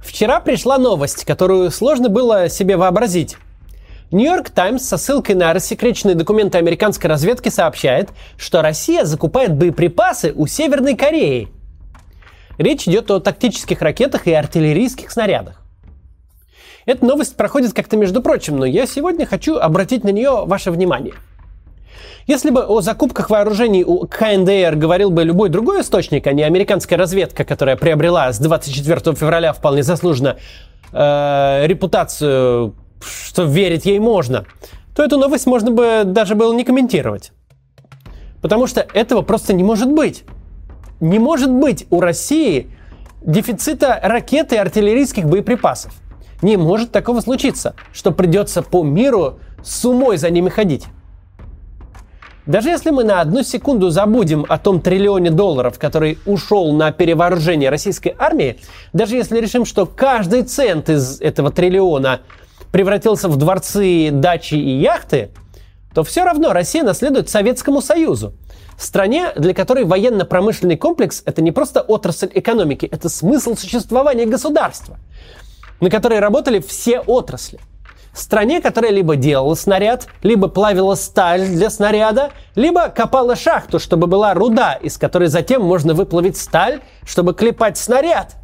Вчера пришла новость, которую сложно было себе вообразить. Нью-Йорк Таймс со ссылкой на рассекреченные документы американской разведки сообщает, что Россия закупает боеприпасы у Северной Кореи. Речь идет о тактических ракетах и артиллерийских снарядах. Эта новость проходит как-то между прочим, но я сегодня хочу обратить на нее ваше внимание. Если бы о закупках вооружений у КНДР говорил бы любой другой источник, а не американская разведка, которая приобрела с 24 февраля вполне заслуженно репутацию, что верить ей можно, то эту новость можно бы даже было не комментировать. Потому что этого просто не может быть. Не может быть у России дефицита ракет и артиллерийских боеприпасов. Не может такого случиться, что придется по миру с умой за ними ходить. Даже если мы на одну секунду забудем о том триллионе долларов, который ушел на перевооружение российской армии, даже если решим, что каждый цент из этого триллиона превратился в дворцы, дачи и яхты, то все равно Россия наследует Советскому Союзу. Стране, для которой военно-промышленный комплекс – это не просто отрасль экономики, это смысл существования государства, на которой работали все отрасли. Стране, которая либо делала снаряд, либо плавила сталь для снаряда, либо копала шахту, чтобы была руда, из которой затем можно выплавить сталь, чтобы клепать снаряд.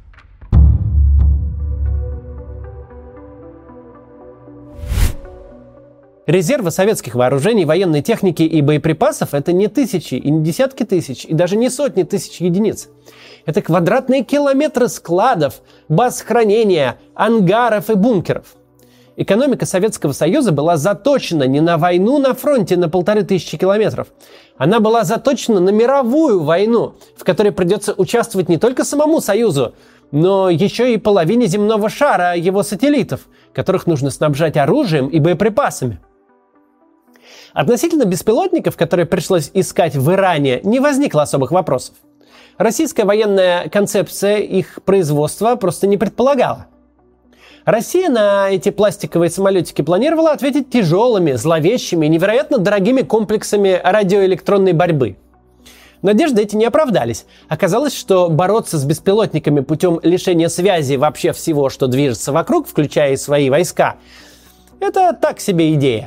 Резервы советских вооружений, военной техники и боеприпасов – это не тысячи, и не десятки тысяч, и даже не сотни тысяч единиц. Это квадратные километры складов, баз хранения, ангаров и бункеров. Экономика Советского Союза была заточена не на войну на фронте на 1500 километров. Она была заточена на мировую войну, в которой придется участвовать не только самому Союзу, но еще и половине земного шара его сателлитов, которых нужно снабжать оружием и боеприпасами. Относительно беспилотников, которые пришлось искать в Иране, не возникло особых вопросов. Российская военная концепция их производства просто не предполагала. Россия на эти пластиковые самолетики планировала ответить тяжелыми, зловещими и невероятно дорогими комплексами радиоэлектронной борьбы. Надежды эти не оправдались. Оказалось, что бороться с беспилотниками путем лишения связи вообще всего, что движется вокруг, включая и свои войска, это так себе идея.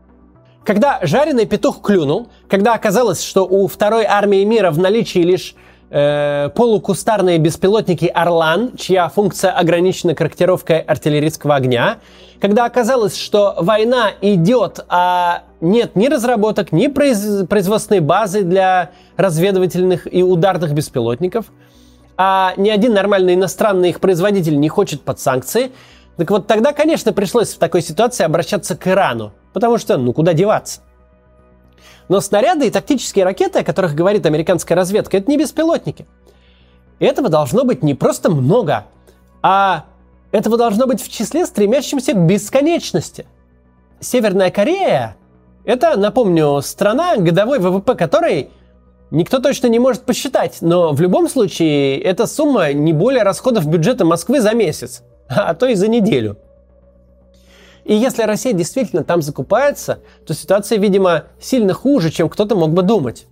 Когда жареный петух клюнул, когда оказалось, что у второй армии мира в наличии лишь полукустарные беспилотники «Орлан», чья функция ограничена корректировкой артиллерийского огня, когда оказалось, что война идет, а нет ни разработок, ни производственной базы для разведывательных и ударных беспилотников, а ни один нормальный иностранный их производитель не хочет под санкции, так вот тогда, конечно, пришлось в такой ситуации обращаться к Ирану, потому что, куда деваться? Но снаряды и тактические ракеты, о которых говорит американская разведка, это не беспилотники. Этого должно быть не просто много, а этого должно быть в числе, стремящемся к бесконечности. Северная Корея – это, напомню, страна, годовой ВВП которой никто точно не может посчитать, но в любом случае эта сумма не более расходов бюджета Москвы за месяц, а то и за неделю. И если Россия действительно там закупается, то ситуация, видимо, сильно хуже, чем кто-то мог бы думать.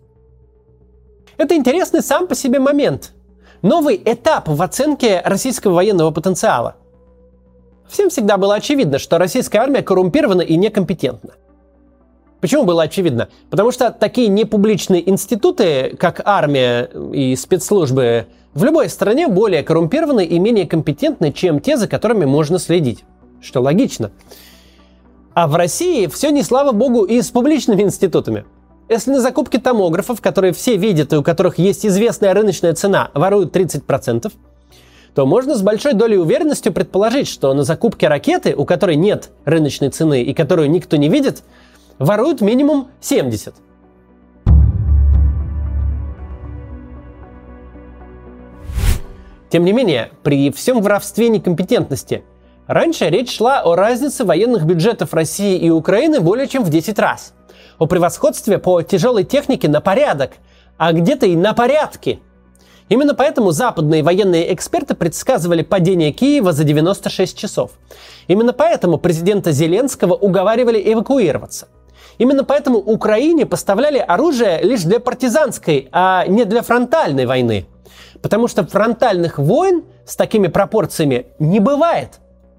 Это интересный сам по себе момент. Новый этап в оценке российского военного потенциала. Всем всегда было очевидно, что российская армия коррумпирована и некомпетентна. Почему было очевидно? Потому что такие непубличные институты, как армия и спецслужбы, в любой стране более коррумпированы и менее компетентны, чем те, за которыми можно следить. Что логично. А в России все не слава богу и с публичными институтами. Если на закупке томографов, которые все видят и у которых есть известная рыночная цена, воруют 30%, то можно с большой долей уверенности предположить, что на закупке ракеты, у которой нет рыночной цены и которую никто не видит, воруют минимум 70%. Тем не менее, при всем воровстве и некомпетентности, раньше речь шла о разнице военных бюджетов России и Украины более чем в 10 раз. О превосходстве по тяжелой технике на порядок, а где-то и на порядки. Именно поэтому западные военные эксперты предсказывали падение Киева за 96 часов. Именно поэтому президента Зеленского уговаривали эвакуироваться. Именно поэтому Украине поставляли оружие лишь для партизанской, а не для фронтальной войны. Потому что фронтальных войн с такими пропорциями не бывает.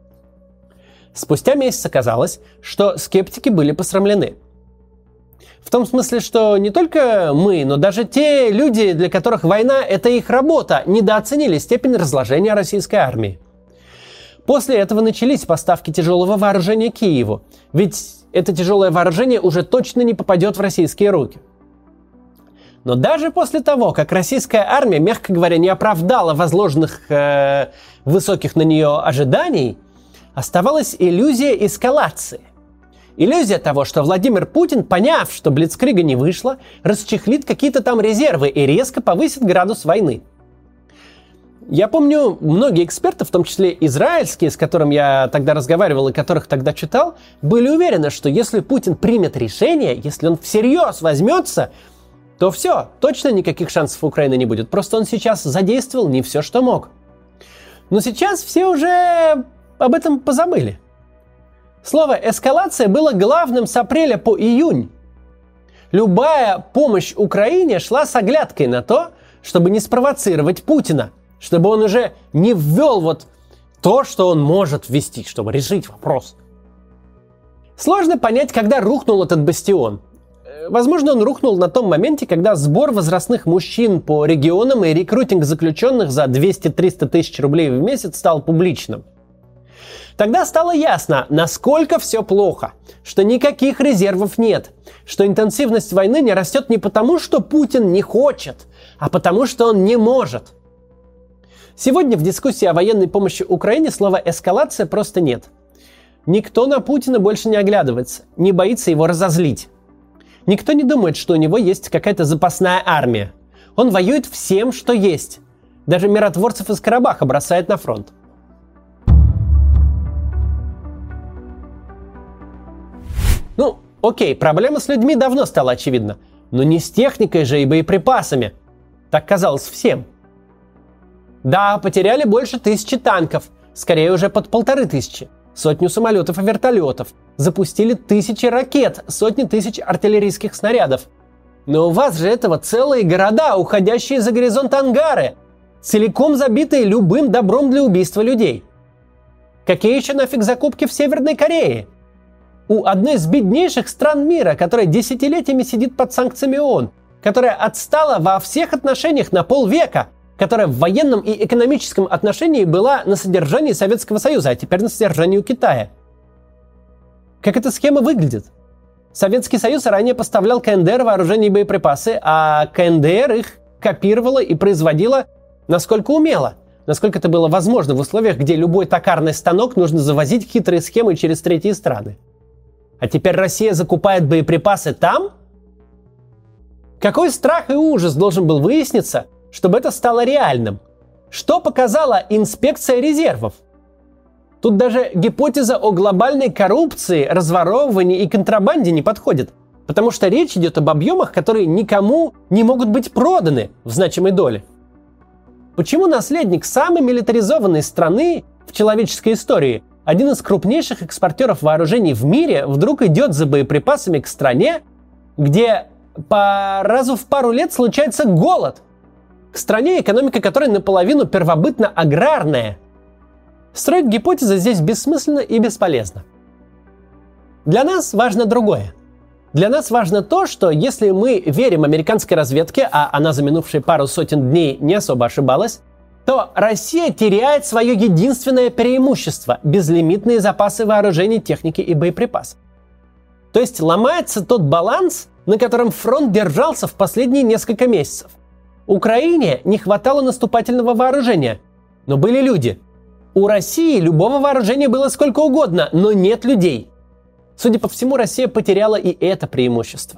Спустя месяц оказалось, что скептики были посрамлены. В том смысле, что не только мы, но даже те люди, для которых война – это их работа, недооценили степень разложения российской армии. После этого начались поставки тяжелого вооружения Киеву, ведь это тяжелое вооружение уже точно не попадет в российские руки. Но даже после того, как российская армия, мягко говоря, не оправдала возложенных высоких на нее ожиданий, оставалась иллюзия эскалации. Иллюзия того, что Владимир Путин, поняв, что блицкрига не вышло, расчехлит какие-то там резервы и резко повысит градус войны. Я помню, многие эксперты, в том числе израильские, с которыми я тогда разговаривал и которых тогда читал, были уверены, что если Путин примет решение, если он всерьез возьмется, то все, точно никаких шансов у Украины не будет. Просто он сейчас задействовал не все, что мог. Но сейчас все уже об этом позабыли. Слово «эскалация» было главным с апреля по июнь. Любая помощь Украине шла с оглядкой на то, чтобы не спровоцировать Путина, чтобы он уже не ввел вот то, что он может ввести, чтобы решить вопрос. Сложно понять, когда рухнул этот бастион. Возможно, он рухнул на том моменте, когда сбор возрастных мужчин по регионам и рекрутинг заключенных за 200-300 тысяч рублей в месяц стал публичным. Тогда стало ясно, насколько все плохо, что никаких резервов нет, что интенсивность войны не растет не потому, что Путин не хочет, а потому, что он не может. Сегодня в дискуссии о военной помощи Украине слова «эскалация» просто нет. Никто на Путина больше не оглядывается, не боится его разозлить. Никто не думает, что у него есть какая-то запасная армия. Он воюет всем, что есть. Даже миротворцев из Карабаха бросает на фронт. Ну, окей, проблема с людьми давно стала очевидна. Но не с техникой же и боеприпасами. Так казалось всем. Да, потеряли больше 1000 танков. Скорее уже под 1500. Сотню самолетов и вертолетов. Запустили 1000 ракет, сотни тысяч артиллерийских снарядов. Но у вас же этого целые города, уходящие за горизонт ангары, целиком забитые любым добром для убийства людей. Какие еще нафиг закупки в Северной Корее? У одной из беднейших стран мира, которая десятилетиями сидит под санкциями ООН, которая отстала во всех отношениях на полвека, которая в военном и экономическом отношении была на содержании Советского Союза, а теперь на содержании у Китая. Как эта схема выглядит? Советский Союз ранее поставлял КНДР вооружение и боеприпасы, а КНДР их копировала и производила насколько умела, насколько это было возможно в условиях, где любой токарный станок нужно завозить хитрые схемы через третьи страны. А теперь Россия закупает боеприпасы там? Какой страх и ужас должен был выясниться, чтобы это стало реальным? Что показала инспекция резервов? Тут даже гипотеза о глобальной коррупции, разворовывании и контрабанде не подходит, потому что речь идет об объемах, которые никому не могут быть проданы в значимой доле. Почему наследник самой милитаризованной страны в человеческой истории, один из крупнейших экспортеров вооружений в мире, вдруг идет за боеприпасами к стране, где разу в пару лет случается голод? К стране, экономика которой наполовину первобытно-аграрная. Строить гипотезы здесь бессмысленно и бесполезно. Для нас важно другое. Для нас важно то, что если мы верим американской разведке, а она за минувшие пару сотен дней не особо ошибалась, то Россия теряет свое единственное преимущество – безлимитные запасы вооружений, техники и боеприпасов. То есть ломается тот баланс, на котором фронт держался в последние несколько месяцев. Украине не хватало наступательного вооружения, но были люди. У России любого вооружения было сколько угодно, но нет людей. Судя по всему, Россия потеряла и это преимущество.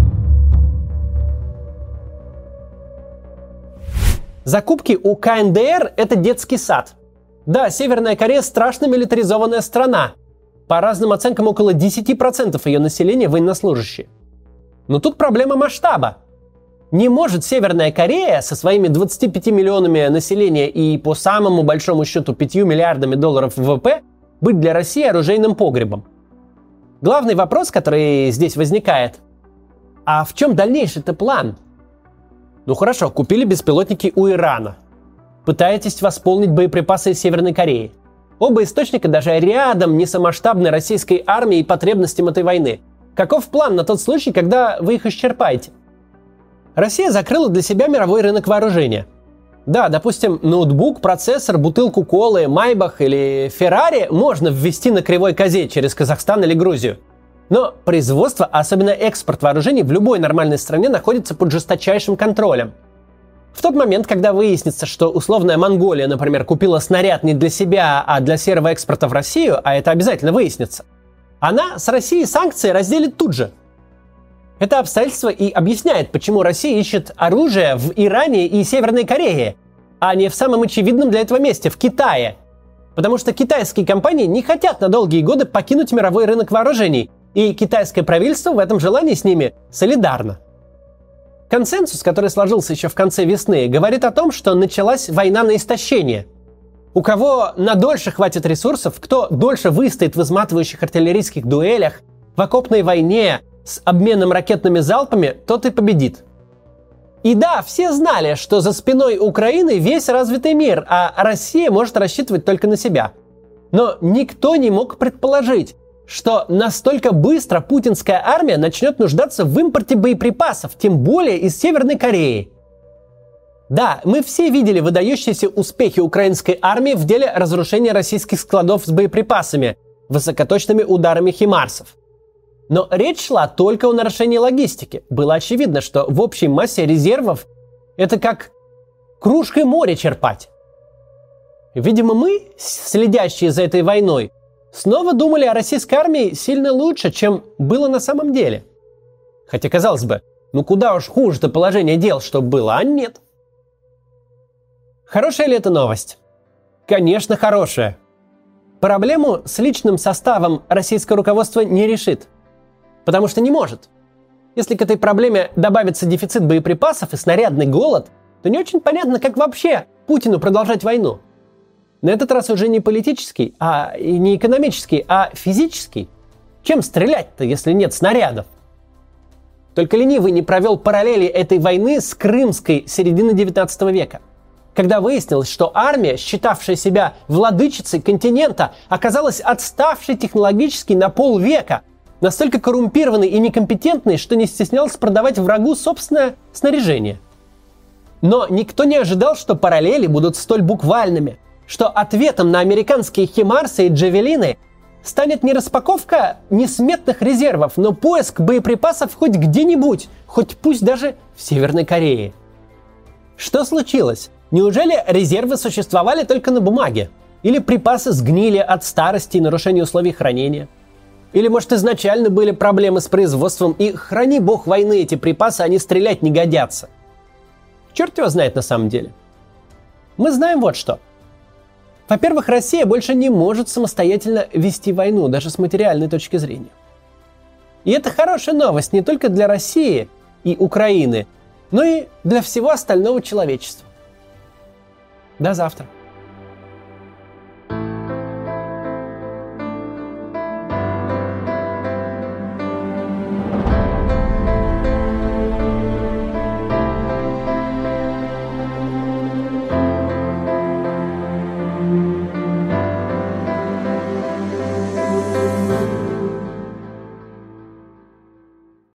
Закупки у КНДР – это детский сад. Да, Северная Корея – страшно милитаризованная страна. По разным оценкам, около 10% ее населения военнослужащие. Но тут проблема масштаба. Не может Северная Корея со своими 25 миллионами населения и по самому большому счету 5 миллиардами долларов ВВП быть для России оружейным погребом. Главный вопрос, который здесь возникает, а в чем дальнейший-то план? Ну хорошо, купили беспилотники у Ирана. пытаетесь восполнить боеприпасы из Северной Кореи. Оба источника даже рядом не со масштабной российской армией и потребностям этой войны. Каков план на тот случай, когда вы их исчерпаете? Россия закрыла для себя мировой рынок вооружения. Да, допустим, ноутбук, процессор, бутылку колы, Майбах или Феррари можно ввести на кривой козе через Казахстан или Грузию. Но производство, а особенно экспорт вооружений в любой нормальной стране находится под жесточайшим контролем. В тот момент, когда выяснится, что условная Монголия, например, купила снаряд не для себя, а для серого экспорта в Россию, а это обязательно выяснится, она с Россией санкции разделит тут же. Это обстоятельство и объясняет, почему Россия ищет оружие в Иране и Северной Корее, а не в самом очевидном для этого месте, в Китае. Потому что китайские компании не хотят на долгие годы покинуть мировой рынок вооружений, и китайское правительство в этом желании с ними солидарно. Консенсус, который сложился еще в конце весны, говорит о том, что началась война на истощение. У кого надольше хватит ресурсов, кто дольше выстоит в изматывающих артиллерийских дуэлях, в окопной войне с обменом ракетными залпами, тот и победит. И да, все знали, что за спиной Украины весь развитый мир, а Россия может рассчитывать только на себя. Но никто не мог предположить, что настолько быстро путинская армия начнет нуждаться в импорте боеприпасов, тем более из Северной Кореи. Да, мы все видели выдающиеся успехи украинской армии в деле разрушения российских складов с боеприпасами, высокоточными ударами химарсов. Но речь шла только о нарушении логистики. Было очевидно, что в общей массе резервов это как кружкой моря черпать. Видимо, мы, следящие за этой войной, снова думали о российской армии сильно лучше, чем было на самом деле. Хотя, казалось бы, ну куда уж хуже-то положение дел, что было, а нет. Хорошая ли это новость? Конечно, хорошая. Проблему с личным составом российское руководство не решит. Потому что не может. Если к этой проблеме добавится дефицит боеприпасов и снарядный голод, то не очень понятно, как вообще Путину продолжать войну. На этот раз уже не политический, и не экономический, а физический. Чем стрелять-то, если нет снарядов? Только ленивый не провел параллели этой войны с крымской середины 19 века, когда выяснилось, что армия, считавшая себя владычицей континента, оказалась отставшей технологически на полвека, настолько коррумпированной и некомпетентной, что не стеснялась продавать врагу собственное снаряжение. Но никто не ожидал, что параллели будут столь буквальными, что ответом на американские химарсы и джавелины станет не распаковка несметных резервов, но поиск боеприпасов хоть где-нибудь, хоть пусть даже в Северной Корее. Что случилось? Неужели резервы существовали только на бумаге? Или припасы сгнили от старости и нарушения условий хранения? Или, может, изначально были проблемы с производством, и, храни бог войны, эти припасы, они стрелять не годятся? Черт его знает на самом деле. Мы знаем вот что. Во-первых, Россия больше не может самостоятельно вести войну, даже с материальной точки зрения. И это хорошая новость не только для России и Украины, но и для всего остального человечества. До завтра.